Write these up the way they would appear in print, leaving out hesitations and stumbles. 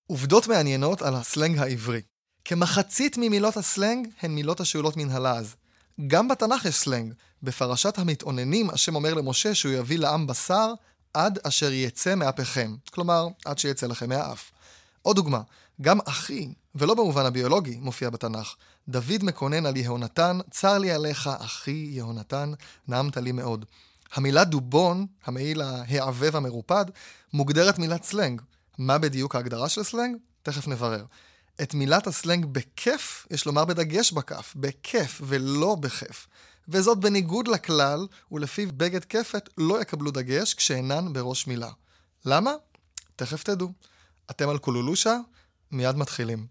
עובדות מעניינות על הסלנג העברי. כמחצית ממילות הסלנג הן מילות השאולות מן הלעז. גם בתנ"ך יש סלנג. בפרשת המתאוננים, השם אומר למשה שהוא יביא לעם בשר עד אשר יצא מאפיכם. כלומר, עד שיצא לכם מהאף. עוד דוגמה, גם אחי, ולא במובן הביולוגי, מופיע בתנ"ך. דוד מקונן על יהונתן, צר לי עליך, אחי יהונתן, נעמת לי מאוד. המילה דובון, המעיל העבב המרופד, מוגדרת מילת סלנג. מה בדיוק ההגדרה של סלנג? תכף נברר. את מילת הסלנג בכיף יש לומר בדגש בכף, בכיף ולא בכיף. וזאת בניגוד לכלל, ולפיו בגד כפת לא יקבלו דגש כשאינן בראש מילה. למה? תכף תדעו. אתם על קולולושה? מיד מתחילים.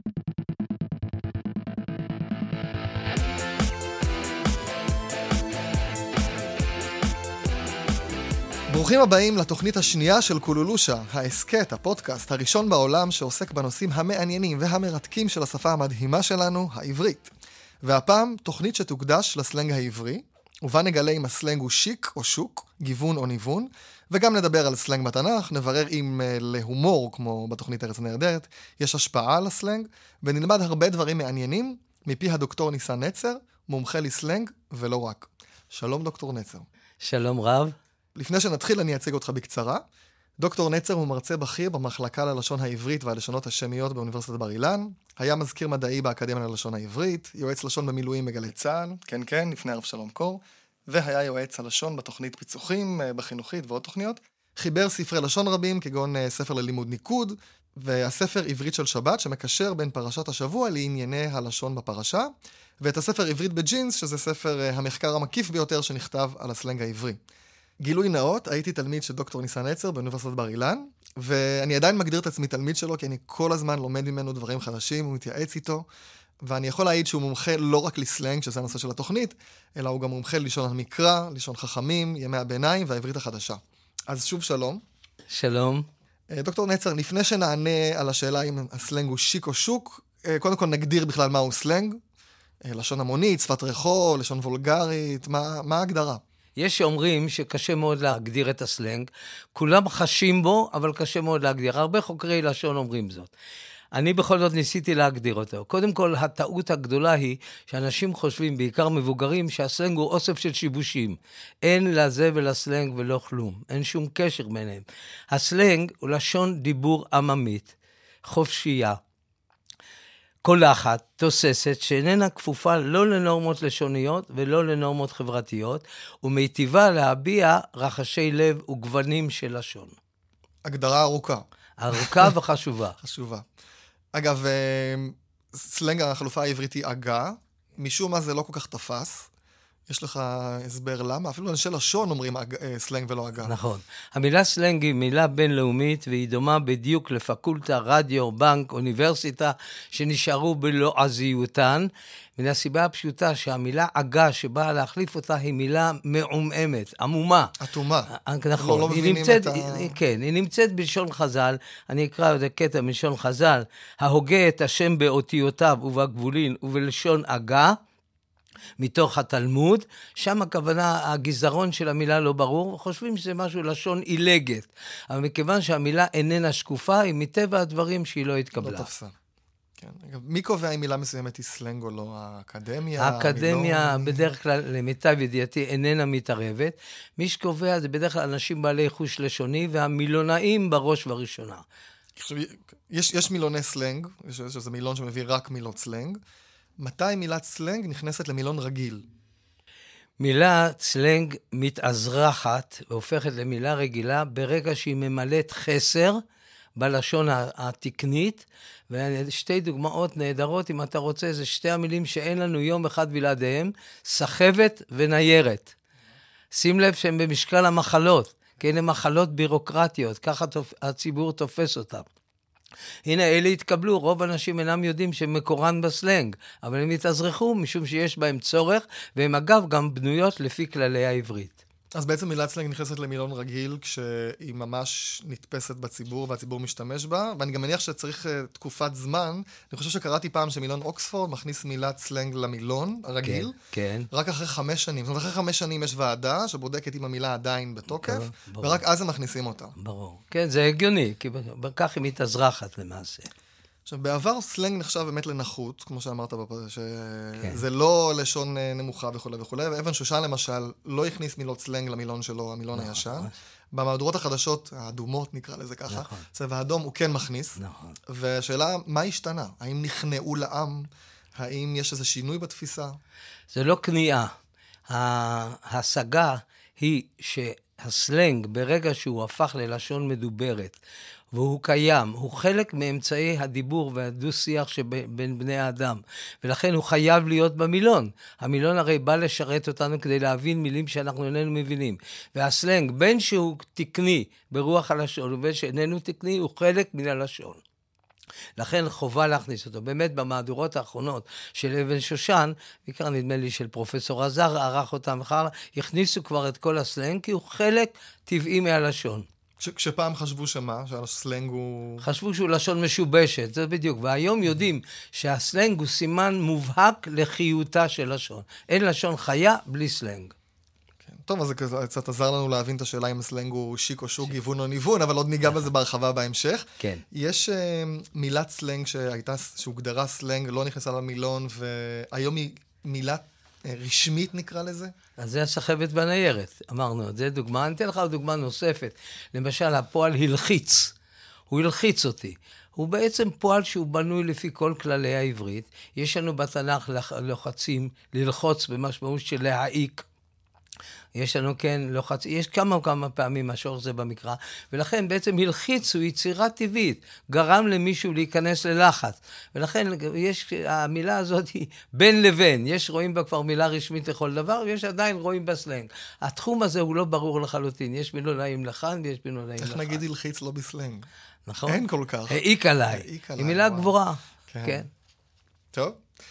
ברוכים הבאים לתוכנית השנייה של קולולושה, העסקת, הפודקאסט הראשון בעולם שעוסק בנושאים המעניינים והמרתקים של השפה המדהימה שלנו, העברית. והפעם תוכנית שתוקדש לסלנג העברי, ובה נגלה אם הסלנג הוא שיק או שוק, גיוון או ניוון, וגם נדבר על סלנג בתנ"ך, נברר אם להומור, כמו בתוכנית ארץ נהדרת, יש השפעה על הסלנג, ונלמד הרבה דברים מעניינים מפי הדוקטור ניסן נצר, מומחה לסלנג ולא רק. שלום דוקטור נצר. שלום רב. לפני שנתחיל אני אציג אותך בקצרה. דוקטור נצר הוא מרצה בכיר במחלקה ללשון העברית והלשונות השמיות באוניברסיטת בר אילן, היה מזכיר מדעי באקדמיה ללשון העברית, יועץ לשון במילואים בגלי צה"ל, כן, לפני אבשלום קור, והיה יועץ הלשון בתוכנית פיצוחים, בחינוכית ועוד תוכניות. חיבר ספרי לשון רבים, כגון ספר ללימוד ניקוד, והספר עברית של שבת, שמקשר בין פרשת השבוע לענייני הלשון בפרשה, ואת הספר עברית בג'ינס, שזה ספר המחקר המקיף ביותר שנכתב על הסלנג העברי. גילוי נאות, הייתי תלמיד של דוקטור ניסן נצר באוניברסיטת בר אילן, ואני עדיין מגדיר את עצמי תלמיד שלו, כי אני כל הזמן לומד ממנו דברים חדשים, הוא מתייעץ איתו, ואני יכול להעיד שהוא מומחה לא רק לסלנג, שזה הנושא של התוכנית, אלא הוא גם מומחה ללשון המקרא, לשון חכמים, ימי הביניים והעברית החדשה. אז שוב שלום. שלום. דוקטור נצר, לפני שנענה על השאלה אם הסלנג הוא שיק או שוק, קודם כל נגדיר בכלל מהו סלנג, לשון המונית, שפת רחוב, לשון וולגרית, מה ההגדרה? יש שאומרים שקשה מאוד להגדיר את הסלנג, כולם חשים בו, אבל קשה מאוד להגדיר. הרבה חוקרי לשון אומרים זאת. אני בכל זאת ניסיתי להגדיר אותו. קודם כל, הטעות הגדולה היא שאנשים חושבים, בעיקר מבוגרים, שהסלנג הוא אוסף של שיבושים. אין לזה ולסלנג ולא כלום. אין שום קשר ביניהם. הסלנג הוא לשון דיבור עממית, חופשייה, קולחת, תוססת, שאיננה כפופה לא לנורמות לשוניות ולא לנורמות חברתיות, ומיטיבה להביע רחשי לב וגוונים של לשון. הגדרה ארוכה. ארוכה וחשובה. חשובה. אגב, סלנג החלופה העברית היא אגה, משום מה זה לא כל כך תפס. יש לך הסבר למה? אפילו אנשי לשון אומרים סלנג ולא אגה. נכון. המילה סלנג היא מילה בינלאומית, והיא דומה בדיוק לפקולטה, רדיו, בנק, אוניברסיטה, שנשארו בלועזיותן, מן הסיבה הפשוטה שהמילה אגה שבאה להחליף אותה היא מילה מעומעמת, עמומה. אטומה. נכון. לא מבינים את ה... כן, היא נמצאת בלשון חז"ל, אני אקרא את הקטע מלשון חז"ל, ההוגה את השם באותיותיו ובגבולין ובלשון אגה, מתוך התלמוד, שם הכוונה, הגזרון של המילה לא ברור, חושבים שזה משהו לשון עילגת. אבל מכיוון שהמילה איננה שקופה, היא מטבע הדברים שהיא לא התקבלה. לא תפסה. כן. מי קובע אם מילה מסוימת היא סלנג או לא? האקדמיה? האקדמיה בדרך כלל, למיטב ידיעתי, איננה מתערבת. מי שקובע זה בדרך כלל אנשים בעלי חוש לשוני, והמילונאים בראש ובראשונה. יש מילוני סלנג, שזה מילון שמביא רק מילות סלנג. מתי מילת סלנג נכנסת למילון רגיל? מילה סלנג מתאזרחת והופכת למילה רגילה ברגע שהיא ממלאת חסר בלשון התקנית, ושתי דוגמאות נהדרות, אם אתה רוצה, זה שתי המילים שאין לנו יום אחד בלעדיהם, סחבת וניירת. שים לב שהם במשקל המחלות, כי אלה מחלות בירוקרטיות, ככה הציבור תופס אותם. הנה, אלה התקבלו, רוב אנשים אינם יודעים שהם מקורן בסלנג, אבל הם התאזרחו משום שיש בהם צורך, והם אגב גם בנויות לפי כללי העברית. אז בעצם מילת סלנג נכנסת למילון רגיל, כשהיא ממש נתפסת בציבור, והציבור משתמש בה, ואני גם מניח שצריך תקופת זמן. אני חושב שקראתי פעם שמילון אוקספורד מכניס מילת סלנג למילון הרגיל, כן. רק אחרי 5 שנים. זאת אומרת, אחרי 5 שנים יש ועדה שבודקת אם המילה עדיין בתוקף, ורק אז הם מכניסים אותה. ברור. כן, זה הגיוני, כי בכך היא מתאזרחת למעשה. עכשיו, בעבר סלנג נחשב באמת לנחות, כמו שאמרת, שזה לא לשון נמוכה וכו' וכו', ואבן שושן למשל לא הכניס מילות סלנג למילון שלו, המילון הישן. במהדורות החדשות, האדומות נקרא לזה ככה, צבע אדום הוא כן מכניס. והשאלה, מה השתנה? האם נכנעו לעם? האם יש איזה שינוי בתפיסה? זה לא כניעה. ההשגה היא שהסלנג, ברגע שהוא הפך ללשון מדוברת, והוא קיים, הוא חלק מאמצעי הדיבור והדו-שיח שבין בני האדם, ולכן הוא חייב להיות במילון. המילון הרי בא לשרת אותנו כדי להבין מילים שאנחנו איננו מבינים. והסלנג, בין שהוא תקני ברוח הלשון, ובין שאיננו תקני, הוא חלק מן הלשון. לכן חובה להכניס אותו. באמת במהדורות האחרונות של אבן שושן, בעיקר נדמה לי של פרופסור עזר, ערך אותם וכך, הכניסו כבר את כל הסלנג, כי הוא חלק טבעי מהלשון. כשפעם חשבו שמה? שהסלנג הוא... חשבו שהוא לשון משובשת, זה בדיוק. והיום יודעים שהסלנג הוא סימן מובהק לחיותה של לשון. אין לשון חיה בלי סלנג. טוב, אז זה קצת עזר לנו להבין את השאלה אם הסלנג הוא שיק או שוק, גיוון או ניוון, אבל עוד ניגע בזה בהרחבה בהמשך. כן. יש מילת סלנג שהוגדרה סלנג, לא נכנסה למילון, והיום היא מילה רשמית נקרא לזה? אז זה הסחבת בניירת, אמרנו, זה דוגמה. אני אתן לך דוגמה נוספת. למשל, הפועל הלחיץ. הוא הלחיץ אותי. הוא בעצם פועל שהוא בנוי לפי כל כללי העברית. יש לנו בתנ"ך לוחצים, ללחוץ במשמעות של להעיק. יש לנו כן לוחץ, יש כמה פעמים השורש זה במקרא, ולכן בעצם הלחיץ הוא יצירה טבעית, גרם למישהו להיכנס ללחץ, ולכן יש, המילה הזאת היא בין לבין, יש רואים בה כבר מילה רשמית לכל דבר, ויש עדיין רואים בסלנג. התחום הזה הוא לא ברור לחלוטין, יש מילונאים לכאן ויש מילונאים לכאן. איך נגיד הלחיץ לא בסלנג? נכון? אין כל כך. העיק עליי, היא מילה גבוהה. כן. טוב.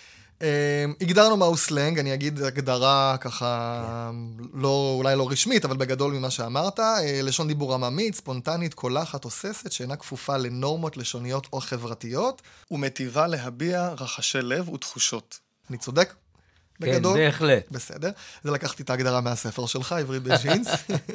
הגדרנו מהו סלנג, אני אגיד הגדרה ככה, אולי לא רשמית, אבל בגדול ממה שאמרת, לשון דיבור עממית, ספונטנית, קולחת, תוססת, שאינה כפופה לנורמות לשוניות או חברתיות, ומטיבה להביע רחשי לב ותחושות. אני צודק? בגדול? כן, בהחלט. בסדר. זה לקחתי את ההגדרה מהספר שלך, עברית בג'ינס.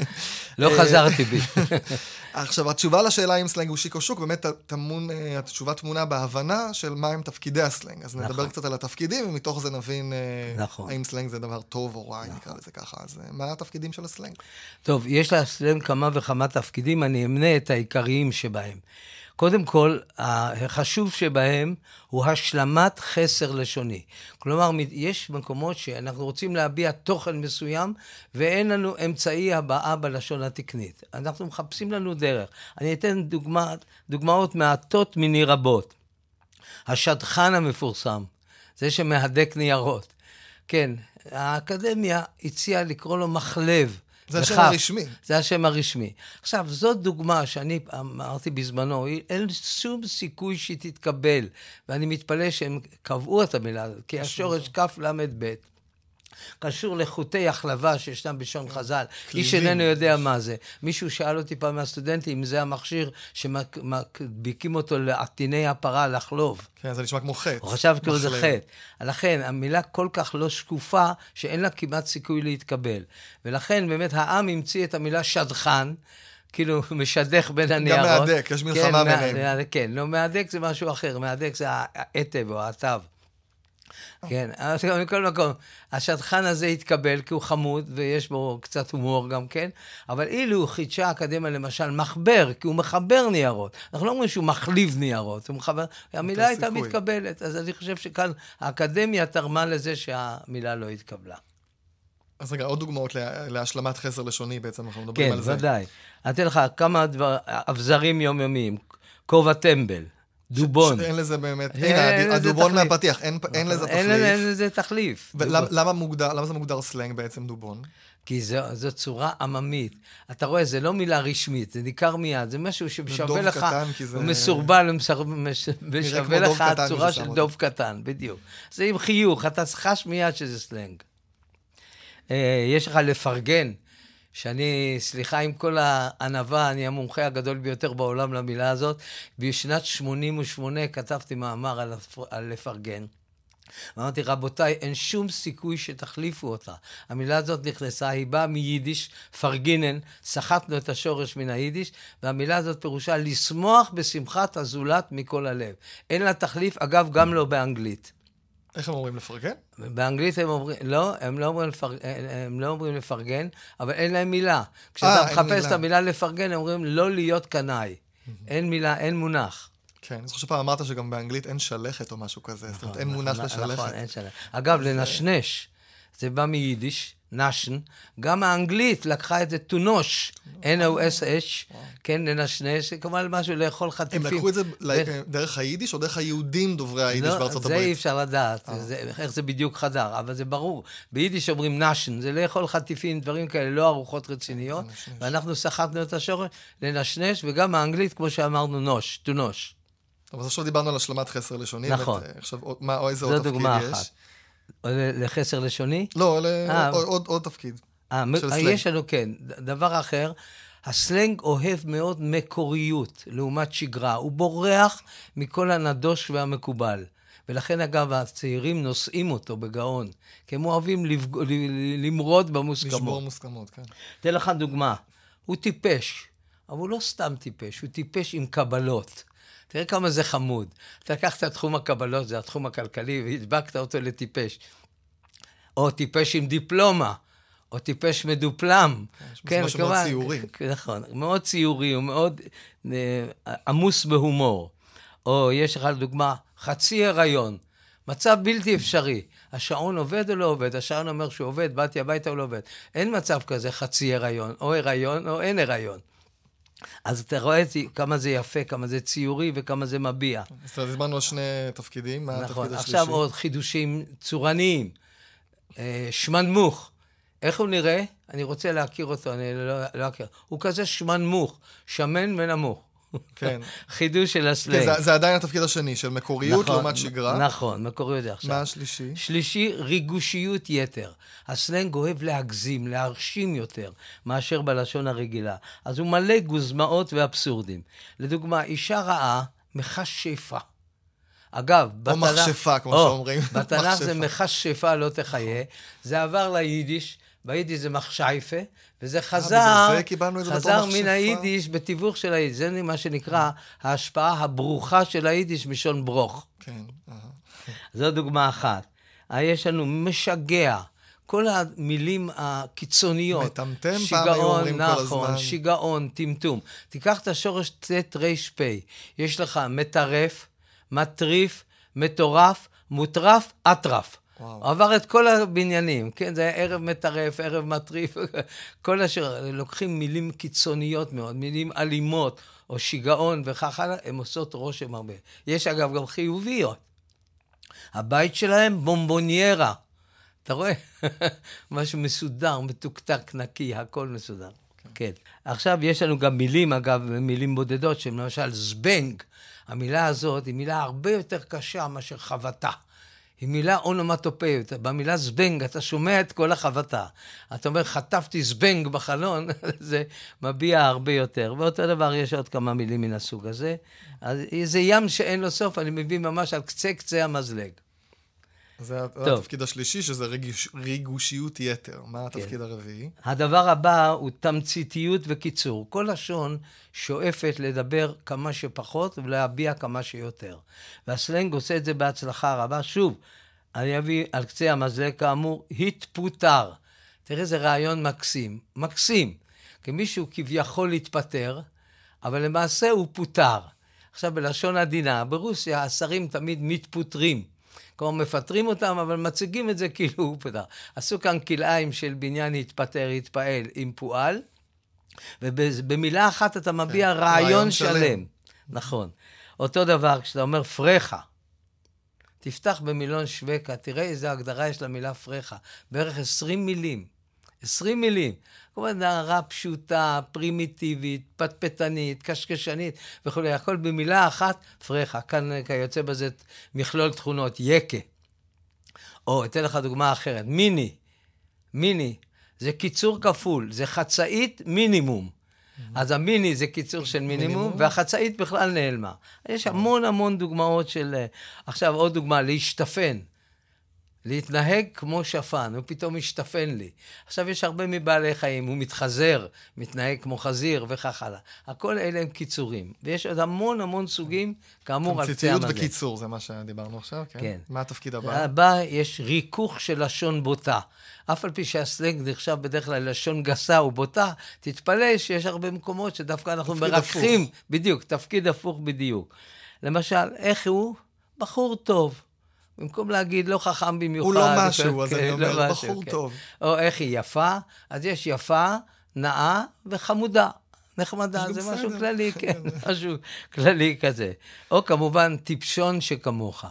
לא חזרתי בי. עכשיו, התשובה לשאלה אם סלנג הוא שיק או שוק, באמת התשובה תמונה בהבנה של מה הם תפקידי הסלנג. אז נדבר קצת על התפקידים, ומתוך זה נבין האם סלנג זה דבר טוב או רע, נקרא לזה ככה. אז מה התפקידים של הסלנג? טוב, יש לסלנג כמה וכמה תפקידים, אני אמנה את העיקריים שבהם. קודם כל, החשוב שבהם הוא השלמת חסר לשוני. כלומר, יש מקומות שאנחנו רוצים להביע תוכן מסוים, ואין לנו אמצעי הבאה בלשון התקנית. אנחנו מחפשים לנו דרך. אני אתן דוגמאות מעטות מיני רבות. השדכן המפורסם, זה שמהדק ניירות. כן, האקדמיה הציעה לקרוא לו מחלב. זה השם הרשמי. זה השם הרשמי. עכשיו, זאת דוגמה שאני אמרתי בזמנו, אין שום סיכוי שהיא תתקבל, ואני מתפלא שהם קבעו את המילה הזאת, כי השורש כף למד ב' קשור לחוטי החלבה שישנם בשון חז"ל. איש איננו יודע מה זה. מישהו שאל אותי פעם מהסטודנטים אם זה המכשיר שמדביקים אותו לעטיני הפרה לחלוב. כן, זה נשמע כמו חטא. הוא חשב כאילו זה חטא. לכן, המילה כל כך לא שקופה, שאין לה כמעט סיכוי להתקבל. ולכן, באמת, העם המציא את המילה שדכן, כאילו משדך בין הניירות. גם מהדק, יש מלחמה ביניהם. כן, לא, מהדק זה משהו אחר. מהדק זה העטב או העטב. כן, אבל מכל מקום, השדכן הזה התקבל כי הוא חמוד, ויש בו קצת הומור גם כן, אבל אילו חידשה האקדמיה למשל מחבר, כי הוא מחבר ניירות, אנחנו לא אומרים שהוא מחליב ניירות, הוא מחבר, המילה הייתה מתקבלת, אז אני חושב שכאן האקדמיה תרמה לזה שהמילה לא התקבלה. אז רגע, עוד דוגמאות להשלמת חסר לשוני בעצם, אנחנו מדברים על זה. כן, ודאי. אני אתן לך כמה אבזרים יומיומיים, כובע טמבל. דובון. שאין לזה באמת, הנה, הדובון מהפתיח, אין לזה תחליף. אין לזה תחליף. למה זה מוגדר סלנג בעצם דובון? כי זו צורה עממית. אתה רואה, זה לא מילה רשמית, זה ניכר מיד, זה משהו ששווה לך, הוא מסורבל, ושווה לך צורה של דוב קטן, בדיוק. זה עם חיוך, אתה חש מיד שזה סלנג. יש לך לפרגן, שאני, סליחה עם כל הענווה, אני המומחה הגדול ביותר בעולם למילה הזאת. בשנת 88 כתבתי מאמר על לפרגן. אמרתי, רבותיי, אין שום סיכוי שתחליפו אותה. המילה הזאת נכנסה, היא באה מיידיש, פרגינן, סחטנו את השורש מן היידיש, והמילה הזאת פירושה לשמוח בשמחת הזולת מכל הלב. אין לה תחליף, אגב, גם לא באנגלית. איך הם אומרים לפרגן? באנגלית הם אומרים, לא, הם לא אומרים לפרגן, אבל אין להם מילה. כשאתה מחפש את המילה לפרגן, הם אומרים לא להיות קנאי. אין מילה, אין מונח. כן, אני זוכר שפעם אמרת שגם באנגלית אין שלכת או משהו כזה, זאת אומרת, אין מונח לשלכת. נכון, אין שלכת. אגב, לנשנש, זה בא מיידיש, נשן, גם האנגלית לקחה את זה תונוש, N-O-S-H, כן, לנשנש, כמובן משהו לאכול חטיפים. הם לקחו את זה דרך היידיש או דרך היהודים דוברי היידיש בארצות הברית? זה אי אפשר לדעת, איך זה בדיוק חדר, אבל זה ברור. ביידיש אומרים נשן, זה לאכול חטיפים, דברים כאלה, לא ארוחות רציניות, ואנחנו סחטנו את השורש לנשנש, וגם האנגלית, כמו שאמרנו, נוש, תונוש. אבל עכשיו דיברנו על השלמת חסר לשוני. נכון. עכשיו, איזה עוד תפקיד יש? לחסר לשוני? לא, עוד תפקיד. יש לנו, כן. דבר אחר, הסלנג אוהב מאוד מקוריות, לעומת שגרה. הוא בורח מכל הנדוש והמקובל. ולכן, אגב, הצעירים נושאים אותו בגאון, כי הם אוהבים למרוד במוסכמות. לשבור מוסכמות, כן. תן לך דוגמה. הוא טיפש, אבל הוא לא סתם טיפש, הוא טיפש עם קבלות. תראה כמה זה חמוד. אתה לקח את התחום הקבלות, זה התחום הכלכלי, והדבקת אותו לטיפש. או טיפש עם דיפלומה, או טיפש מדופלם. כן, משהו מאוד ציורי. נכון, מאוד ציורי, הוא מאוד עמוס בהומור. או יש לך לדוגמה, חצי הריון, מצב בלתי אפשרי. השעון עובד או לא עובד? השעון אומר שהוא עובד, באתי הביתה או לא עובד. אין מצב כזה חצי הריון או אין הריון. אז אתה רואה כמה זה יפה, כמה זה ציורי וכמה זה מביע. אז הזמנו על שני תפקידים, מה התפקיד השלישי? עכשיו עוד חידושים צורניים. שמנמוך. איך הוא נראה? אני רוצה להכיר אותו, אני לא אכיר. הוא כזה שמנמוך, שמן ונמוך. כן. חידוש של הסלנג. כן, זה עדיין התפקיד השני, של מקוריות לעומת שגרה. נכון, מקוריות זה עכשיו. מה השלישי? שלישי, ריגושיות יתר. הסלנג אוהב להגזים, להרשים יותר, מאשר בלשון הרגילה. אז הוא מלא גוזמאות ואבסורדים. לדוגמה, אישה רעה, מכשפה. אגב, או מחשפה, כמו שאומרים. בתנ"ך זה מכשפה, לא תחיה. זה עבר ליידיש, ביידיש זה מחשייפה, וזה חזר מן היידיש בתיווך של היידיש. זה מה שנקרא ההשפעה הברוכה של היידיש משון ברוך. כן. זו דוגמה אחת. יש לנו משגע. כל המילים הקיצוניות. מטמטם פעם היו אומרים כל הזמן. נכון, שיגעון, טמטום. תיקח את השורש ת' ר' פ'. יש לך מטרף, מטריף, מטורף, מוטרף, אטרף. עבר את כל הבניינים, כן? זה היה ערב מטרף, ערב מטריף, כל אשר לוקחים מילים קיצוניות מאוד, מילים אלימות, או שיגעון וכך הלאה, הם עושות רושם הרבה. יש אגב גם חיוביות. הבית שלהם בומבוניירה. אתה רואה? משהו מסודר, מתוקתק, נקי, הכל מסודר. כן. עכשיו יש לנו גם מילים, אגב, מילים בודדות, שלמשל זבנג. המילה הזאת היא מילה הרבה יותר קשה מאשר חבטה. היא מילה אונומטופאית. במילה זבנג אתה שומע את כל החבטה. אתה אומר, חטפתי זבנג בחלון, זה מביע הרבה יותר. ואותו דבר יש עוד כמה מילים מן הסוג הזה. אז זה ים שאין לו סוף, אני מביא ממש על קצה המזלג. זה התפקיד השלישי, שזה ריגושיות יתר. מה התפקיד הרביעי? הדבר הבא הוא תמציתיות וקיצור. כל לשון שואפת לדבר כמה שפחות ולהביע כמה שיותר. והסלנג עושה את זה בהצלחה רבה. שוב, אני אביא על קצה המזלג כאמור, התפוטר. תראה, זה רעיון מקסים. מקסים. כי מישהו כביכול התפטר, אבל למעשה הוא פוטר. עכשיו, בלשון עדינה, ברוסיה השרים תמיד מתפוטרים. כלומר, מפטרים אותם, אבל מציגים את זה כאילו הוא פוטר. עשו כאן כלאיים של בניין התפטר, התפעל עם פועל, ובמילה אחת אתה מביע רעיון שלם. נכון. אותו דבר, כשאתה אומר פרחה, תפתח במילון שווקה, תראה איזה הגדרה יש למילה פרחה. בערך 20 מילים. 20 מילים. כלומר, נערה פשוטה, פרימיטיבית, פטפטנית, קשקשנית וכו'. הכל במילה אחת, פרחה. כאן יוצא בזה מכלול תכונות, יקה. או, אתן לך דוגמה אחרת. מיני. מיני. זה קיצור כפול, זה חצאית מינימום. אז המיני זה קיצור של מינימום, והחצאית בכלל נעלמה. יש המון דוגמאות של... עכשיו עוד דוגמה, להשתפן. להתנהג כמו שפן, הוא פתאום משתפן לי. עכשיו יש הרבה מבעלי חיים, הוא מתחזר, מתנהג כמו חזיר וכך הלאה. הכל אלה הם קיצורים. ויש עוד המון סוגים, כאמור על קצה המזלג. תמציתיות וקיצור, זה מה שדיברנו עכשיו, כן? כן. מה התפקיד הבא? הבא יש ריכוך של לשון בוטה. אף על פי שהסלנג נחשב בדרך כלל לשון גסה ובוטה, תתפלא שיש הרבה מקומות שדווקא אנחנו מרככים. בדיוק, תפקיד הפוך בדיוק. למשל, איך הוא? בחור טוב. במקום להגיד לא חכם במיוחד. הוא לא משהו, אז אני אומר, בחור טוב. או איך היא יפה, אז יש יפה, נאה וחמודה. נחמדה, זה משהו כללי, כן, משהו כללי כזה. או כמובן טיפשון שכמוך.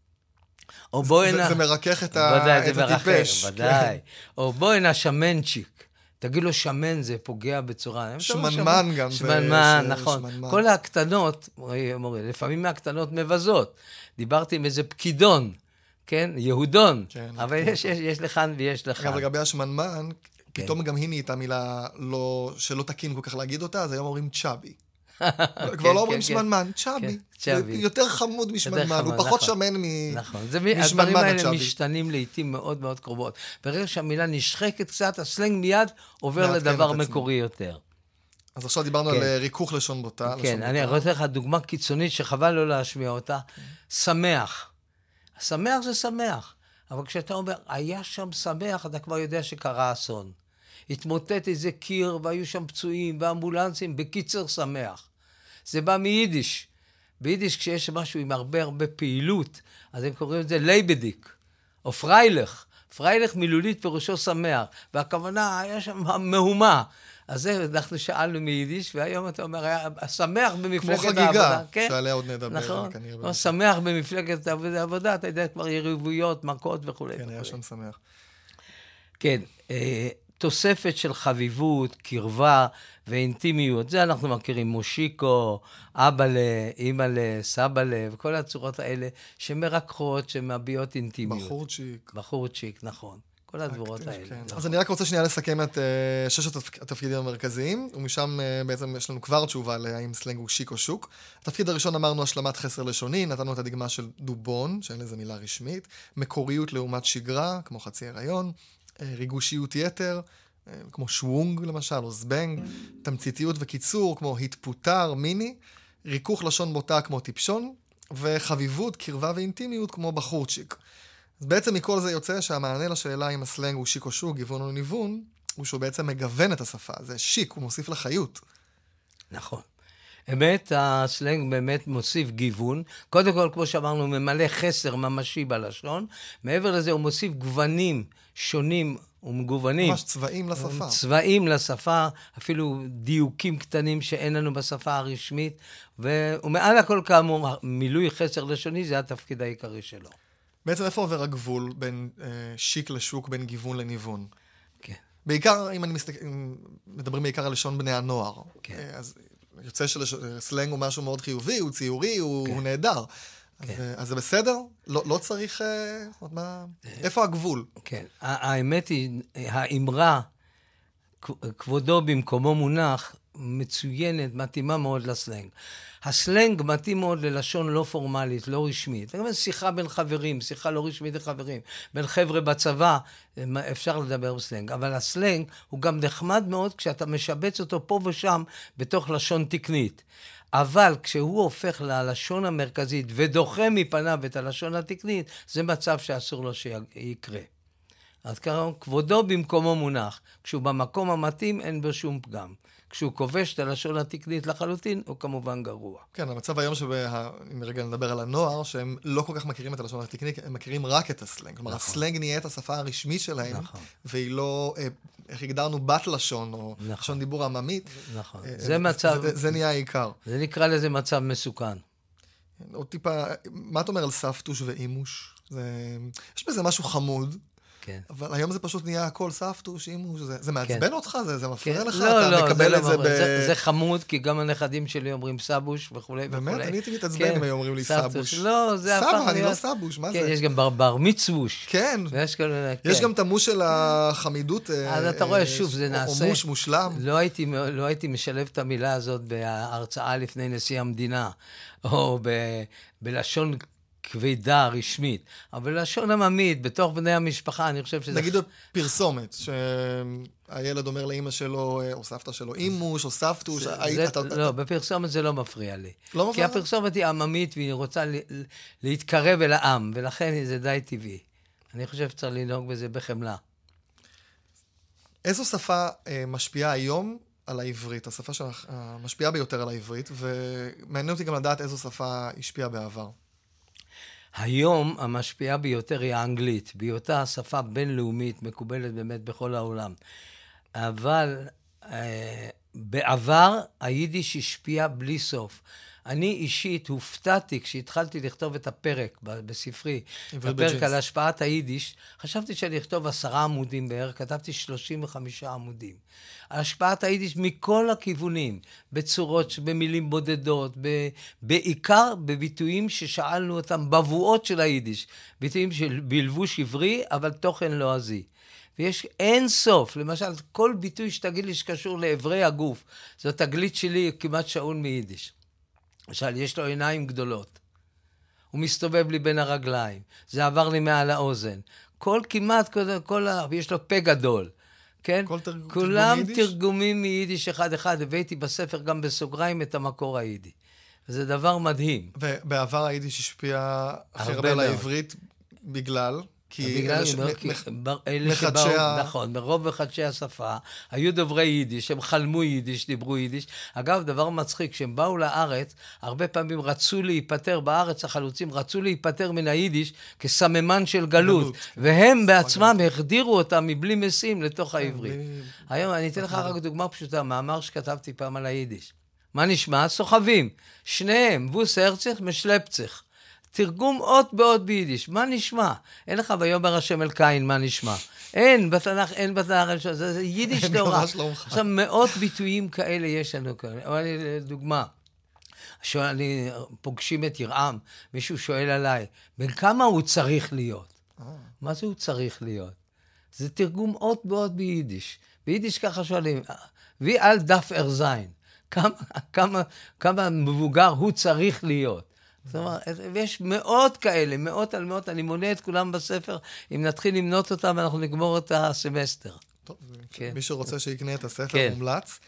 זה מרכך את הטיפש. ודאי. או בוא הנה שמנצ'יק. תגיד לו שמן זה פוגע בצורה... שמנמן גם. שמנמן, נכון. כל הקטנות, לפעמים מהקטנות מבזות. דיברתי עם איזה פקידון, כן? יהודון. אבל יש לכאן ויש לכאן. אגב, לגבי השמנמן, פתאום גם היא נהייתה מילה שלא תקין כל כך להגיד אותה, אז היום אומרים צ'אבי. כבר לא אומרים שמנמן, צ'אבי. יותר חמוד משמנמן, הוא פחות שמן משמנמן הצ'אבי. הדברים האלה משתנים לעתים מאוד מאוד קרובות. ברגע שהמילה נשחקת קצת, הסלנג מיד עובר לדבר מקורי יותר. אז עכשיו דיברנו על ריכוך לשון בוטה. כן, אני רוצה לך דוגמה קיצונית שחבל לא להשמיע אותה. שמח. שמח זה שמח. אבל כשאתה אומר, היה שם שמח, אתה כבר יודע שקרה אסון. התמוטט איזה קיר, והיו שם פצועים, ואמבולנסים, בקיצר שמח. זה בא מיידיש. ביידיש כשיש משהו עם הרבה פעילות, אז הם קוראים את זה לייבדיק, או פריילך. פריילך מילולית פירושו שמח, והכוונה היה שם מהומה. אז זה אנחנו שאלנו מיידיש, והיום אתה אומר, היה שמח במפלגת העבודה. כמו חגיגה, שעליה עוד נדבר. נכון, או שמח במפלגת העבודה, אתה יודע כבר יריבויות, מכות וכו'. כן, היה שם שמח. כן, תוספת של חביבות, קרבה ואינטימיות, זה אנחנו מכירים, מושיקו, אבאלה, אימאלה, סבאלה, וכל הצורות האלה שמרקחות, שמביעות אינטימיות. בחורצ'יק, נכון. כל הדבורות האלה. אז אני רק רוצה שנייה לסכם את ששת התפקידים המרכזיים, ומשם בעצם יש לנו כבר תשובה להאם סלנג הוא שיק או שוק. התפקיד הראשון אמרנו השלמת חסר לשוני, נתנו את הדגמה של דובון, שאין לזה מילה רשמית, מקוריות לעומת שגרה, כמו חצי הריון, ריגושיות יתר, כמו שוונג למשל, או זבנג, תמציתיות וקיצור, כמו התפוטר, מיני, ריכוך לשון בוטה כמו טיפשון, וחביבות, קרבה ואינטימיות כמו בחורצ'יק. אז בעצם מכל זה יוצא שהמענה לשאלה אם הסלנג הוא שיק או שוק, גיוון או ניוון, הוא שהוא בעצם מגוון את השפה. זה שיק, הוא מוסיף לחיות. נכון. אמת, הסלנג באמת מוסיף גיוון. קודם כל, כמו שאמרנו, ממלא חסר ממשי בלשון. מעבר לזה, הוא מוסיף גוונים שונים ומגוונים. ממש צבעים לשפה. צבעים לשפה, אפילו דיוקים קטנים שאין לנו בשפה הרשמית. ומעל הכל כאמור, מילוי חסר לשוני זה התפקיד העיקרי שלו. בעצם איפה עובר הגבול בין שיק לשוק, בין גיוון לניוון? כן. בעיקר, אם מדברים בעיקר על לשון בני הנוער. כן. אז יוצא שסלנג הוא משהו מאוד חיובי, הוא ציורי, הוא נהדר. אז זה בסדר? לא צריך... איפה הגבול? כן. האמת היא, האמרה, כבודו במקומו מונח, מצוינת, מתאימה מאוד לסלנג. הסלנג מתאים מאוד ללשון לא פורמלית, לא רשמית. שיחה בין חברים, שיחה לא רשמית לחברים. בין חבר'ה בצבא, אפשר לדבר בסלנג. אבל הסלנג הוא גם נחמד מאוד כשאתה משבץ אותו פה ושם בתוך לשון תקנית. אבל כשהוא הופך ללשון המרכזית ודוחה מפניו את הלשון התקנית, זה מצב שאסור לו שיקרה. אז כבודו במקומו מונח. כשהוא במקום המתאים אין בו שום פגם. כשהוא כובש את הלשון התקנית לחלוטין, הוא כמובן גרוע. כן, המצב היום אם רגע נדבר על הנוער, שהם לא כל כך מכירים את הלשון התקנית, הם מכירים רק את הסלנג. כלומר, הסלנג נהיה את השפה הרשמית שלהם, והיא לא, איך הגדרנו, בת לשון, או לשון דיבור עממית. נכון. זה מצב... זה נהיה העיקר. זה נקרא לזה מצב מסוכן. עוד טיפה, מה אתה אומר על סבתוש ואימוש? יש בזה משהו חמוד. כן. אבל היום זה פשוט נהיה הכל סבתוש, אימוש, זה מעצבן אותך? זה מפריע לך? לא, אתה מקבל את זה זה חמוד, כי גם הנכדים שלי אומרים סבוש וכולי. באמת? אני הייתי מתעצבן אם היו אומרים לי סבוש. לא, זה הפך להיות... סבא, אני לא סבוש, מה זה? כן, יש גם בר מצווש. כן. יש גם את המוש של החמידות. אז אתה רואה, שוב, זה נעשה... או מוש מושלם. לא הייתי משלב את המילה הזאת בהרצאה לפני נשיא המדינה, או בלשון כבדה רשמית, אבל בלשון עממית, בתוך בני המשפחה, אני חושב שזה... נגיד בפרסומת, שהילד אומר לאמא שלו, או סבתא שלו, אימוש, או סבתוש, לא, בפרסומת זה לא מפריע לי. לא מפריע? כי הפרסומת היא עממית, והיא רוצה להתקרב אל העם, ולכן זה די טבעי. אני חושב שצריך לנהוג בזה בחמלה. איזו שפה משפיעה היום על העברית? השפה שמשפיעה ביותר על העברית, ומעניין אותי גם לדעת איזו שפה השפיעה בעבר. היום המשפיעה ביותר היא האנגלית, בהיותה שפה בינלאומית, מקובלת באמת בכל העולם. אבל בעבר היידיש השפיע בלי סוף. אני אישית הופתעתי כשהתחלתי לכתוב את הפרק בספרי, הפרק על השפעת היידיש, חשבתי שאני אכתוב 10 עמודים בערך, כתבתי 35 עמודים. השפעת היידיש מכל הכיוונים, בצורות, במילים בודדות, בעיקר בביטויים ששאלנו אותם, בבואות של היידיש, ביטויים בלבוש עברי, אבל תוכן לועזי. ויש אין סוף, למשל, כל ביטוי שתגיד לי שקשור לעברי הגוף, זו תגלית שלי כמעט שאול מיידיש. למשל, יש לו עיניים גדולות. הוא מסתובב לי בין הרגליים. זה עבר לי מעל האוזן. יש לו פה גדול. כן? כולם תרגומים מיידיש אחד. הבאתי בספר גם בסוגריים את המקור היידי. וזה דבר מדהים. ובעבר היידיש השפיע הכי הרבה על העברית בגלל... אלה שבאו, נכון, מרוב מחדשי השפה, היו דוברי יידיש, הם חלמו יידיש, דיברו יידיש. אגב, דבר מצחיק, כשהם באו לארץ, הרבה פעמים רצו להיפטר בארץ, החלוצים רצו להיפטר מן היידיש כסממן של גלות, והם בעצמם החדירו אותם מבלי משים לתוך העברית. היום אני אתן לך רק דוגמה פשוטה, מאמר שכתבתי פעם על היידיש. מה נשמע? סוחבים. שניהם, ווס הרצח משלפצח. תרגום אות באות ביידיש, מה נשמע? אין לך ויאמר השם אל קין, מה נשמע? אין בתנ"ך, זה יידיש נורא. עכשיו, מאות ביטויים כאלה יש לנו כאן. אבל דוגמה, אני פוגשים את ירעם, מישהו שואל עליי, בין כמה הוא צריך להיות? מה זה הוא צריך להיות? זה תרגום אות באות ביידיש. ביידיש ככה שואלים, וי על דף ארזיין, כמה מבוגר הוא צריך להיות? זאת אומרת, ויש מאות כאלה, מאות על מאות, אני מונה את כולם בספר, אם נתחיל למנות אותם, אנחנו נגמור את הסמסטר. טוב, מי שרוצה שיקנה את הספר מומלץ.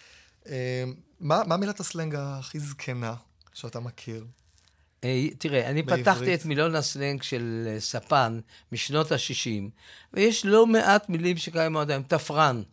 מה מילת הסלנג הכי זקנה שאתה מכיר? תראה, אני פתחתי את מילון הסלנג של ספן משנות ה-60, ויש לא מעט מילים שקיימים עדיין, תפרן.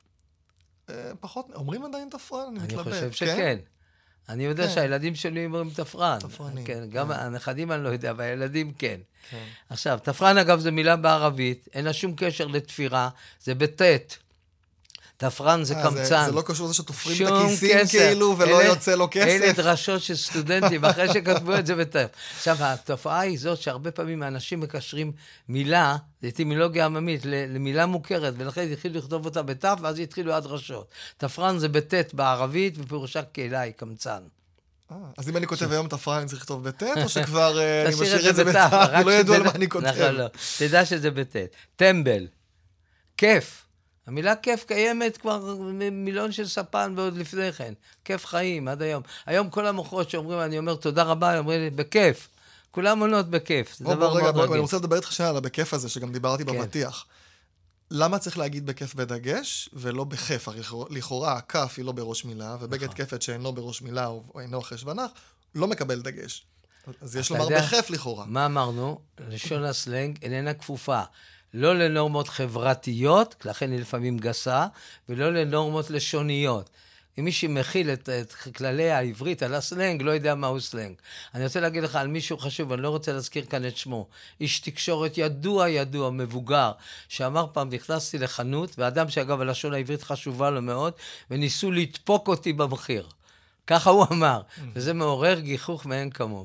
פחות, אומרים עדיין תפרן, אני מתלבט. אני חושב שכן. אני יודע שהילדים שלי אומרים תפרן. תפרנים. גם הנכדים אני לא יודע, אבל הילדים כן. עכשיו, תפרן אגב זה מילה בערבית, אין לה שום קשר לתפירה, זה בטט. תפרן זה קמצן. זה לא קשור לזה שתופרים את הכיסים כאילו, ולא יוצא לו כסף. אלה דרשות של סטודנטים, אחרי שכתבו את זה בטף. עכשיו, התופעה היא זאת שהרבה פעמים האנשים מקשרים מילה, זה אטימולוגיה עממית, למילה מוכרת, ולכן התחילו לכתוב אותה בטף, ואז התחילו הדרשות. תפרן זה בטט בערבית, ופירושה קהילה, קמצן. אז אם אני כותב היום תפרן, אני צריך לכתוב בטט, או שכבר אני משאיר את זה בטף, ולא ידוע על מה אני כותב. נכון, לא. תדע שזה בטט. טמבל. כיף. המילה כיף קיימת כבר מילון של ספן ועוד לפני כן. כיף חיים, עד היום. היום כל המוכרות שאומרים, אני אומר תודה רבה, אומרים לי, בכיף. כולם עונות בכיף. זה דבר מאוד רגיל. אני רוצה לדבר איתך שנייה על בכיף הזה, שגם דיברתי בפתיח. למה צריך להגיד בכיף בדגש, ולא בכיף? לכאורה, הכף היא לא בראש מילה, ובגד כפת שאינו בראש מילה, או אינו אחרי שוונח, לא מקבל דגש. אז יש לומר בכיף לכאורה. מה אמרנו? לשון הסלנג איננה כפופה. לא לנורמות חברתיות, לכן היא לפעמים גסה, ולא לנורמות לשוניות. אם מי שמכיל את כללי העברית על הסלנג, לא יודע מהו סלנג. אני רוצה להגיד לך על מישהו חשוב, אני לא רוצה להזכיר כאן את שמו. איש תקשורת ידוע, מבוגר, שאמר פעם, נכנסתי לחנות, ואדם שאגב הלשון העברית חשובה לו מאוד, וניסו לדפוק אותי במחיר. ככה הוא אמר, וזה מעורר גיחוך מאין כמוהו.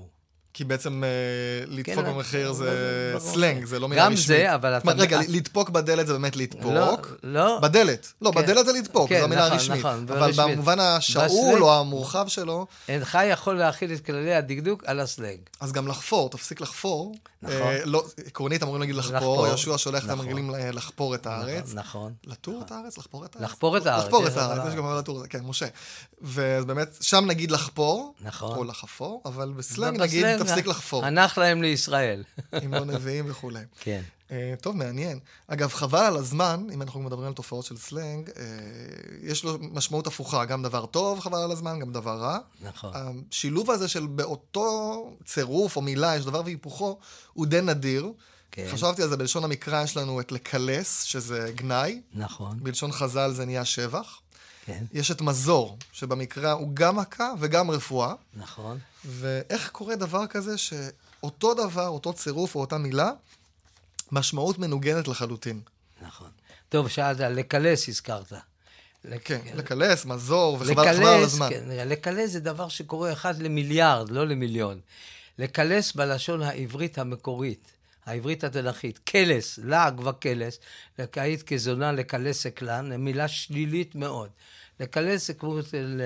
כי בעצם לדפוק כן, במחיר זה ברור. סלנג, זה לא מילה גם רשמית. זה, אבל אתה... רגע, לדפוק בדלת זה באמת לדפוק. לא. בדלת. לא, כן. בדלת זה לדפוק, כן, זו המילה נכון, הרשמית. נכון, אבל רשמית. במובן השאול בסלנג- או המורחב שלו, אינך יכול להכיל את כללי הדקדוק על הסלנג. אז גם לחפור, תפסיק לחפור. נכון. לא, עקרונית אמורים להגיד לחפור, לחפור. יהושע שולח את נכון. המרגלים לחפור את הארץ. נכון. לטור את הארץ? לחפור את הארץ? לחפור את הארץ. לחפור את יש הארץ, אבל- יש גם לטור, כן, משה. ובאמת, שם נגיד לחפור, נכון. או לחפור, אבל בסלנג בסלנג, נגיד תפסיק לחפור, הנח להם לישראל. אם לא נביאים וכולי. כן. טוב, מעניין. אגב, חבל על הזמן, אם אנחנו מדברים על תופעות של סלנג, יש לו משמעות הפוכה, גם דבר טוב, חבל על הזמן, גם דבר רע. נכון. השילוב הזה של באותו צירוף או מילה, יש דבר והיפוכו, הוא די נדיר. כן. חשבתי על זה, בלשון המקרא יש לנו את לקלס, שזה גנאי, נכון. בלשון חז"ל זה נהיה שבח. כן. יש את מזור, שבמקרא הוא גם מכה וגם רפואה. נכון. ואיך קורה דבר כזה שאותו דבר, אותו צירוף או אותה מילה, משמעות מנוגנת לחלוטין. נכון. טוב, שאלת, לקלס הזכרת. כן, לקלס, מזור, וחבל על הזמן. כן, לקלס זה דבר שקורה 1 למיליארד, לא למיליון. לקלס בלשון העברית המקורית, העברית התנ"כית, קלס, לעג וקלס, לקהית כזונה, לקלס אקלן, מילה שלילית מאוד. לקלס זה כמו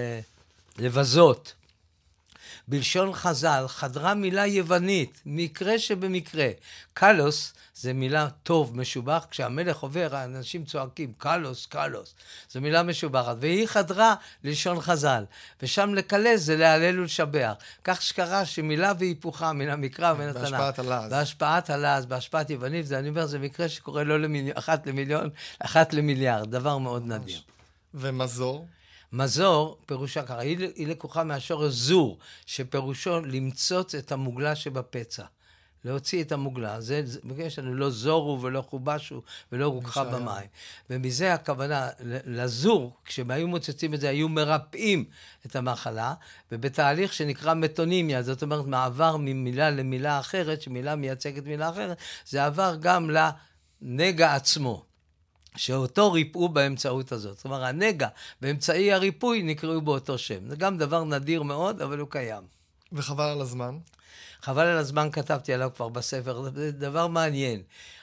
לבזות. בלשון חז"ל חדרה מילה יוונית, מקרה שבמקרה. קלוס זה מילה טוב, משובח, כשהמלך עובר, האנשים צועקים, קלוס, קלוס. זו מילה משובחת, והיא חדרה ללשון חז"ל. ושם לקלס זה להלל ולשבח. כך שקרה שמילה והיפוכה מן המקרא ומן התנ"ך. בהשפעת הלעז. בהשפעת הלעז, בהשפעת יוונית, זה אני אומר, זה מקרה שקורה לא 1 למיליון, 1 למיליארד, דבר מאוד נדיר. ומזור? מזור, פירושה ככה, היא לקוחה מהשורש זור, שפירושו למצוץ את המוגלה שבפצע. להוציא את המוגלה. יש לנו לא זורו ולא חובשו ולא רוכחה במים. ומזה הכוונה, לזור, כשהם היו מוצצים את זה, היו מרפאים את המחלה, ובתהליך שנקרא מטונימיה, זאת אומרת, מעבר ממילה למילה אחרת, שמילה מייצגת מילה אחרת, זה עבר גם לנגע עצמו. שאותו ריפאו באמצעות הזאת. זאת אומרת, הנגע באמצעי הריפוי נקראו באותו שם. זה גם דבר נדיר מאוד, אבל הוא קיים. וחבל על הזמן? חבל על הזמן כתבתי עליו כבר בספר, זה דבר מעניין.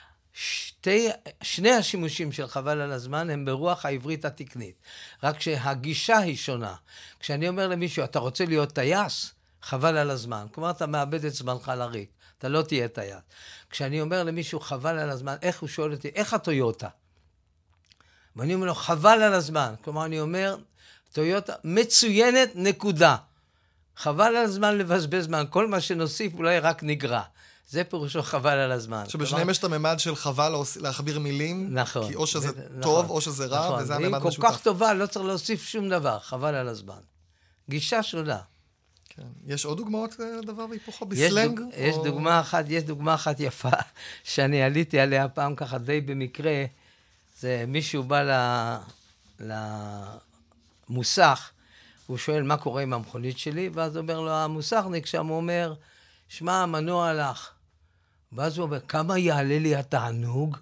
שני השימושים של חבל על הזמן הם ברוח העברית התקנית. רק שהגישה היא שונה. כשאני אומר למישהו, אתה רוצה להיות טייס? חבל על הזמן. כלומר, אתה מאבד את זמנך לריק. אתה לא תהיה טייס. כשאני אומר למישהו, חבל על הזמן, איך הוא שואל אותי? איך הטויוטה? ואני אומר לו, חבל על הזמן. כלומר, אני אומר, טויוטה מצוינת, נקודה. חבל על הזמן לבזבז זמן. כל מה שנוסיף אולי רק נגרע. זה פירושו חבל על הזמן. שבשניהם יש את הממד של חבל להכביר מילים, נכון. כי או שזה טוב או שזה רע, נכון. וזה הממד משותף. כל כך טובה, לא צריך להוסיף שום דבר. חבל על הזמן. גישה שונה. כן. יש עוד דוגמאות לדבר והיפוכו בסלנג? יש דוגמה אחת יפה, שאני עליתי עליה פעם ככה די במקרה. זה מישהו בא למוסך, הוא שואל מה קורה עם המכונית שלי, ואז אומר לו המוסכניק שם, הוא אומר, שמע, המנוע הלך. ואז הוא אומר, כמה יעלה לי התענוג?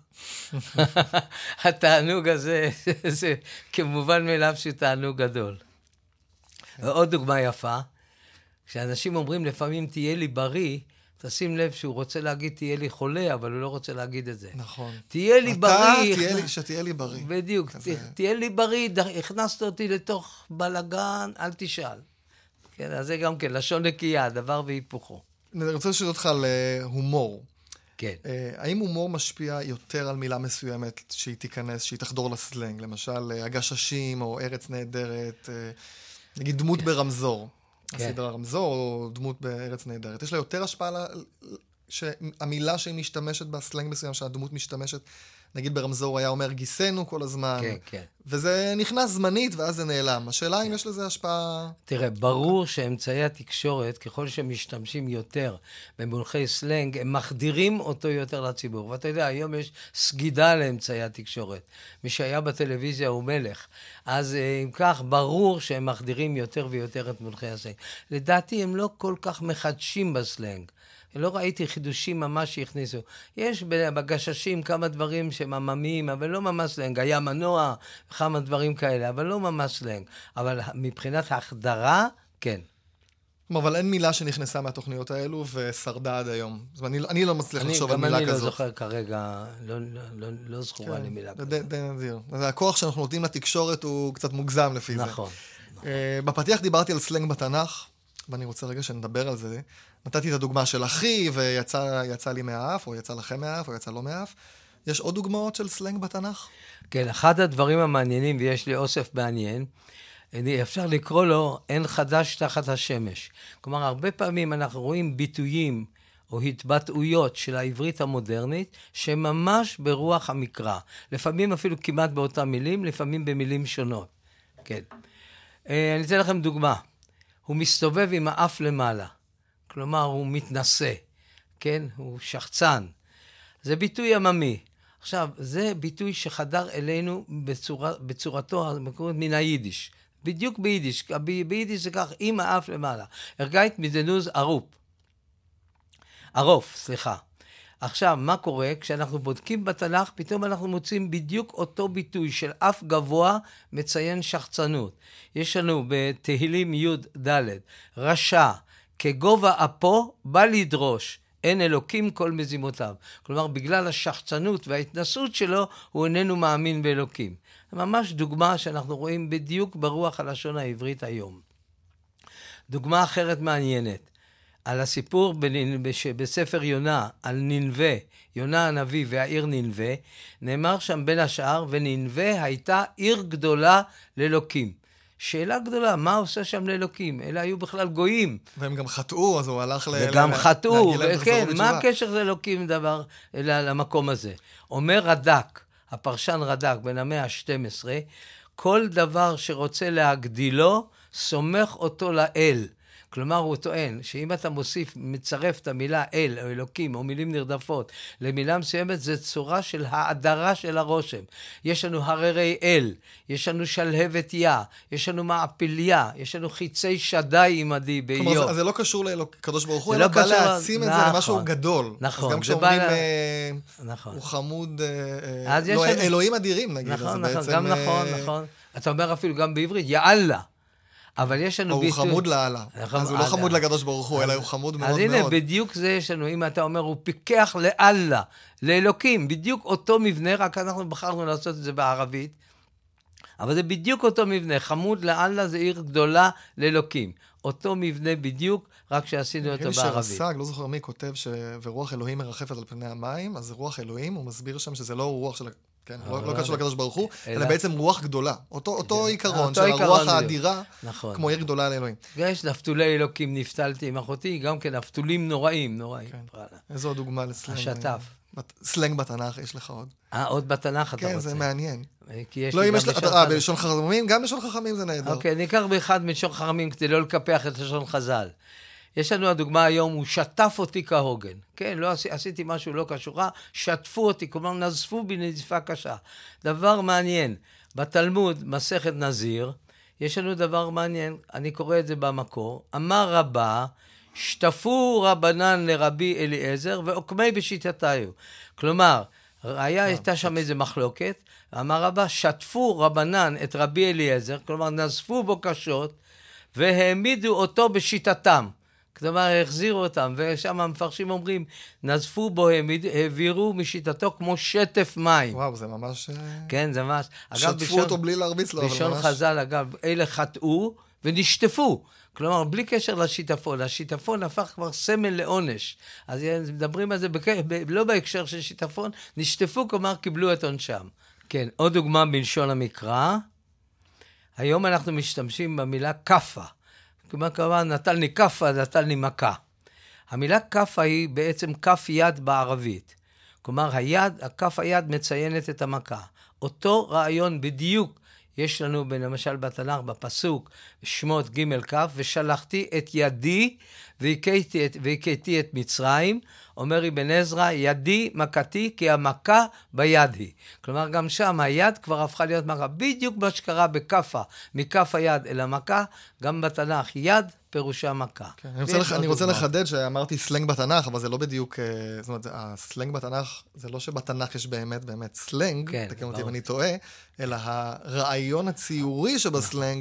התענוג הזה, זה כמובן מאליו שהוא תענוג גדול. ועוד דוגמה יפה, כשאנשים אומרים לפעמים תהיה לי בריא, תשים לב שהוא רוצה להגיד תהיה לי חולה, אבל הוא לא רוצה להגיד את זה. נכון. תהיה לי בריא. שתהיה לי בריא. בדיוק, תהיה לי בריא, הכנסת אותי לתוך בלגן, אל תשאל. כן, אז זה גם כן, לשון נקייה, דבר והיפוכו. אני רוצה לשאול אותך על הומור. כן. האם הומור משפיע יותר על מילה מסוימת שהיא תיכנס, שהיא תחדור לסלנג? למשל, הגששים או ארץ נהדרת, נגיד דמות ברמזור. הסדרה רמזור או דמות בארץ נהדרת. יש לה יותר השפעה שהמילה שהיא משתמשת בסלנג מסוים, שהדמות משתמשת, נגיד ברמזור היה אומר גיסנו כל הזמן. כן, כן. וזה נכנס זמנית ואז זה נעלם. השאלה אם יש לזה השפעה... תראה, ברור שאמצעי התקשורת, ככל שהם משתמשים יותר במונחי סלנג, הם מחדירים אותו יותר לציבור. ואתה יודע, היום יש סגידה לאמצעי התקשורת. מי שהיה בטלוויזיה הוא מלך. אז אם כך, ברור שהם מחדירים יותר ויותר את מונחי הסלנג. לדעתי, הם לא כל כך מחדשים בסלנג. לא ראיתי חידושים ממש שהכניסו. יש בגששים כמה דברים שהם עממיים, אבל לא ממש סלנג. היה מנוע, כמה דברים כאלה, אבל לא ממש סלנג. אבל מבחינת ההחדרה, כן. אבל אין מילה שנכנסה מהתוכניות האלו ושרדה עד היום. זאת אומרת, אני לא מצליח לחשוב על מילה כזאת. גם אני לא זוכר כרגע, לא זכורה לי מילה כזאת. די נדיר. הכוח שאנחנו נותנים לתקשורת הוא קצת מוגזם לפי זה. נכון. בפתיח דיברתי על סלנג בתנ"ך, ואני רוצה רגע שנדבר על זה. נתתי את הדוגמה של אחי, ויצא לי מהאף, או יצא לכם מהאף, או יצא לא מהאף. יש עוד דוגמאות של סלנג בתנ"ך? כן, אחד הדברים המעניינים, ויש לי אוסף מעניין, אפשר לקרוא לו אין חדש תחת השמש. כלומר, הרבה פעמים אנחנו רואים ביטויים או התבטאויות של העברית המודרנית, שממש ברוח המקרא. לפעמים אפילו כמעט באותם מילים, לפעמים במילים שונות. כן. אני אתן לכם דוגמה. הוא מסתובב עם האף למעלה. כלומר, הוא מתנשא. כן? הוא שחצן. זה ביטוי עממי. עכשיו, זה ביטוי שחדר אלינו בצורתו המקורית מן היידיש. בדיוק ביידיש. ביידיש זה כך, עם האף למעלה. הרגית מדנוז ערוף, סליחה. עכשיו, מה קורה? כשאנחנו בודקים בתנ"ך, פתאום אנחנו מוצאים בדיוק אותו ביטוי של אף גבוה מציין שחצנות. יש לנו בתהילים י' ד' רשע, כגובה אפו בא לדרוש. אין אלוקים כל מזימותיו. כלומר, בגלל השחצנות וההתנסות שלו, הוא איננו מאמין באלוקים. ממש דוגמה שאנחנו רואים בדיוק ברוח הלשון העברית היום. דוגמה אחרת מעניינת. על הסיפור בספר יונה, על נינווה, יונה הנביא והעיר נינווה, נאמר שם בין השאר, ונינווה הייתה עיר גדולה לאלוקים. שאלה גדולה, מה עושה שם לאלוקים? אלה היו בכלל גויים. והם גם חטאו, אז הוא הלך וגם חטאו, וכן, מה הקשר של אלוקים דבר למקום הזה? אומר רד"ק, הפרשן רד"ק בין המאה ה-12, כל דבר שרוצה להגדילו, סומך אותו לאל. כלומר, הוא טוען שאם אתה מוסיף, מצרף את המילה אל או אלוקים או מילים נרדפות למילה מסוימת, זה צורה של האדרה של הרושם. יש לנו הררי אל, יש לנו שלהבת יה, יש לנו מעפיליה, יש לנו חיצי שדי עמדי באיוב. כלומר, זה לא קשור לקדוש ברוך הוא, אלא בא להעצים את זה למשהו גדול. נכון. אז גם כשאומרים, הוא חמוד, אלוהים אדירים נגיד. נכון, גם נכון. אתה אומר אפילו גם בעברית, יאללה. אבל יש לנו ביטוי... הוא חמוד לאללה. אז הוא לא חמוד לקדוש ברוך הוא, אלא הוא חמוד מאוד מאוד. אז הנה, בדיוק זה יש לנו, אם אתה אומר, הוא פיקח לאללה, לאלוקים, בדיוק אותו מבנה, רק אנחנו בחרנו לעשות את זה בערבית, אבל זה בדיוק אותו מבנה, חמוד לאללה זה עיר גדולה לאלוקים. אותו מבנה בדיוק, רק שעשינו אותו בערבית. שרס"ג, לא זוכר מי כותב ורוח אלוהים מרחפת על פני המים, אז זה רוח אלוהים, הוא מסביר שם שזה לא רוח של... כן, לא קשור לקדוש ברוך הוא, אלא בעצם רוח גדולה. אותו עיקרון של הרוח האדירה, כמו עיר גדולה לאלוהים. יש נפתולי אלוקים, נפתלתי עם אחותי, גם כן נפתולים נוראים. איזו דוגמה לסלנג. השטף. סלנג בתנ"ך, יש לך עוד. עוד בתנ"ך אתה רוצה. כן, זה מעניין. לא, אם יש לך... בלשון חכמים, גם בלשון חכמים זה נהדר. אוקיי, אני אקח באחד מלשון חכמים כדי לא לקפח את לשון חז"ל. יש לנו הדוגמה היום, הוא שטף אותי כהוגן. כן, לא עשיתי משהו לא כשורה, שטפו אותי, כלומר נזפו בי נזיפה קשה. דבר מעניין, בתלמוד, מסכת נזיר, יש לנו דבר מעניין, אני קורא את זה במקור, אמר רבה, שטפו רבנן לרבי אליעזר, ועוקמי בשיטתיו. כלומר, הייתה שם איזו מחלוקת, אמר רבה, שטפו רבנן את רבי אליעזר, כלומר נזפו בו קשות, והעמידו אותו בשיטתם. כלומר, החזירו אותם, ושם המפרשים אומרים, נזפו בו, העבירו משיטתו כמו שטף מים. וואו, זה ממש... כן, זה ממש... שטפו אותו בלי להרביץ לו, אבל ממש... בשון חז"ל, אגב, אלה חטאו ונשטפו. כלומר, בלי קשר לשיטפון. השיטפון הפך כבר סמל לעונש. אז מדברים על זה, לא בהקשר של שיטפון, נשטפו, כלומר, קיבלו את עונשם. כן, עוד דוגמה בלשון המקרא. היום אנחנו משתמשים במילה כפה. כלומר, נטל לי כפה, נטל לי מכה. המילה כפה היא בעצם כף יד בערבית. כלומר, כף היד מציינת את המכה. אותו רעיון בדיוק יש לנו, למשל בתנ"ך, בפסוק, שמות ג' כ', ושלחתי את ידי והכיתי את מצרים, אומר אבן עזרא, ידי מכתי כי המכה ביד היא. כלומר, גם שם היד כבר הפכה להיות מכה. בדיוק מה שקרה בכפה, מכף היד אל המכה, גם בתנ"ך יד פירושה מכה. כן, אני רוצה לחדד שאמרתי סלנג בתנ"ך, אבל זה לא בדיוק, זאת אומרת, הסלנג בתנ"ך, זה לא שבתנ"ך יש באמת סלנג, תקן אותי אם אני טועה, אלא הרעיון הציורי שבסלנג,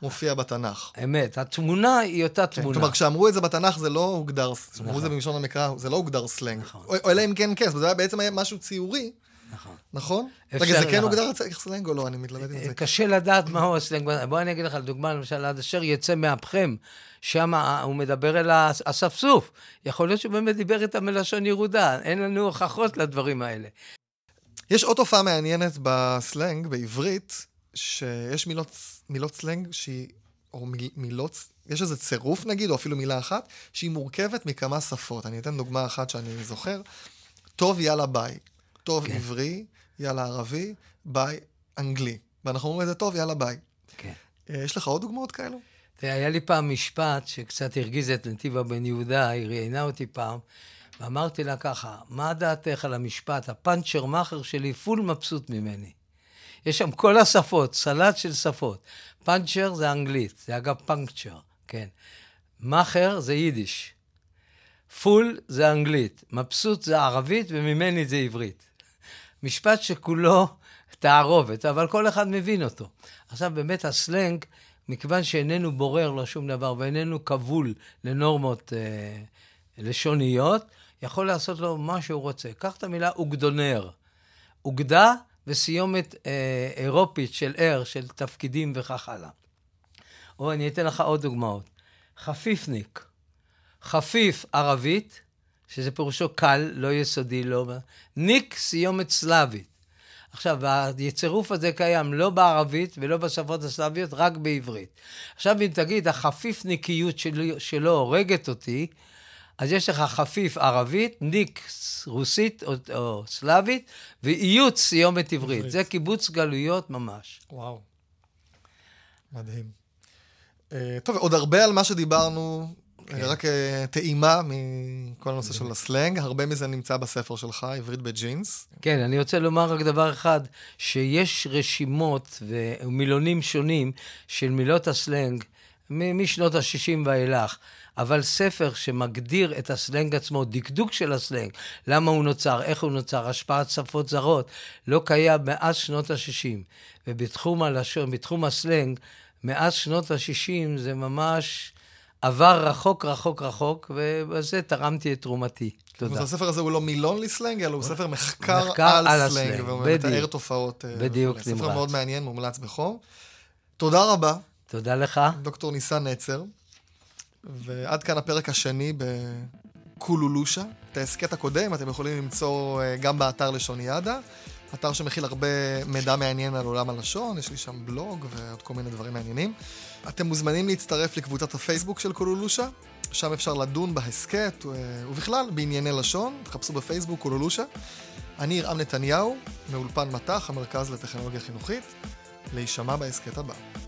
מופיע בתנ"ך. אמת, התמונה היא אותה כן, תמונה. כלומר, כשאמרו את זה בתנ"ך, זה לא הוגדר, נכון. כשאמרו את זה בלשון המקרא, זה לא הוגדר סלנג. נכון. או אלא אם כן, זה בעצם היה משהו ציורי, נכון. נכון? אפשר, רגע, זה כן נכון. הוגדר סלנג או לא? אני מתלבט עם זה. קשה לדעת מהו הסלנג. בוא אני אגיד לך, לדוגמה, למשל, עד אשר יצא מאפכם, שם הוא מדבר אל האספסוף. יכול להיות שהוא באמת דיבר איתם מלשון ירודה. אין לנו הוכחות לדברים האלה. יש עוד תופעה מעניינת בסלנג, בעברית, שיש מילות סלנג שהיא, או מילות, יש איזה צירוף נגיד, או אפילו מילה אחת, שהיא מורכבת מכמה שפות. אני אתן דוגמה אחת שאני זוכר. טוב, יאללה, ביי. טוב, כן. עברי, יאללה, ערבי, ביי, אנגלי. ואנחנו אומרים את זה, טוב, יאללה, ביי. כן. יש לך עוד דוגמאות כאלו? היה לי פעם משפט שקצת הרגיז את נתיבה בן יהודה, היא ראיינה אותי פעם, ואמרתי לה ככה, מה דעתך על המשפט? הפאנצ'ר מאחר שלי פול מבסוט ממני. יש שם כל השפות, סלט של שפות. פאנצ'ר זה אנגלית, זה אגב פאנקצ'ר, כן. מאחר זה יידיש. פול זה אנגלית, מבסוט זה ערבית וממני זה עברית. משפט שכולו תערובת, אבל כל אחד מבין אותו. עכשיו באמת הסלנג, מכיוון שאיננו בורר לו שום דבר ואיננו כבול לנורמות לשוניות, יכול לעשות לו מה שהוא רוצה. קח את המילה אוגדונר. אוגדה וסיומת אירופית של של תפקידים וכך הלאה. או אני אתן לך עוד דוגמאות. חפיפניק. חפיף ערבית, שזה פירושו קל, לא יסודי, לא... ניק סיומת סלאבית. עכשיו, הצירוף הזה קיים לא בערבית ולא בשפות הסלאביות, רק בעברית. עכשיו, אם תגיד, החפיפניקיות שלו הורגת אותי, אז יש לך חפיף ערבית, ניק רוסית או סלאבית, ואיות סיומת עברית. זה קיבוץ גלויות ממש. וואו. מדהים. טוב, עוד הרבה על מה שדיברנו, רק טעימה מכל הנושא של הסלנג, הרבה מזה נמצא בספר שלך, עברית בג'ינס. כן, אני רוצה לומר רק דבר אחד, שיש רשימות ומילונים שונים של מילות הסלנג משנות ה-60 ואילך, אבל ספר שמגדיר את הסלנג עצמו, דקדוק של הסלנג, למה הוא נוצר, איך הוא נוצר, השפעת שפות זרות, לא קיים מאז שנות ה-60. ובתחום הלשון, בתחום הסלנג, מאז שנות ה-60 זה ממש עבר רחוק, רחוק, רחוק, ובזה תרמתי את תרומתי. תודה. אז הספר הזה הוא לא מילון לסלנג, אלא הוא ספר מחקר על סלנג, ומתאר תופעות. בדיוק, נמרץ. ספר מאוד מעניין, מומלץ בחום. תודה רבה. תודה לך. דוקטור ניסן נצר. ועד כאן הפרק השני בקולולושה. את ההסקט הקודם אתם יכולים למצוא גם באתר לשוניאדה, אתר שמכיל הרבה מידע מעניין על עולם הלשון, יש לי שם בלוג ועוד כל מיני דברים מעניינים. אתם מוזמנים להצטרף לקבוצת הפייסבוק של קולולושה, שם אפשר לדון בהסקט ובכלל בענייני לשון, תחפשו בפייסבוק קולולושה. אני ירעם נתניהו, מאולפן מתח, המרכז לטכנולוגיה חינוכית, להישמע בהסקט הבא.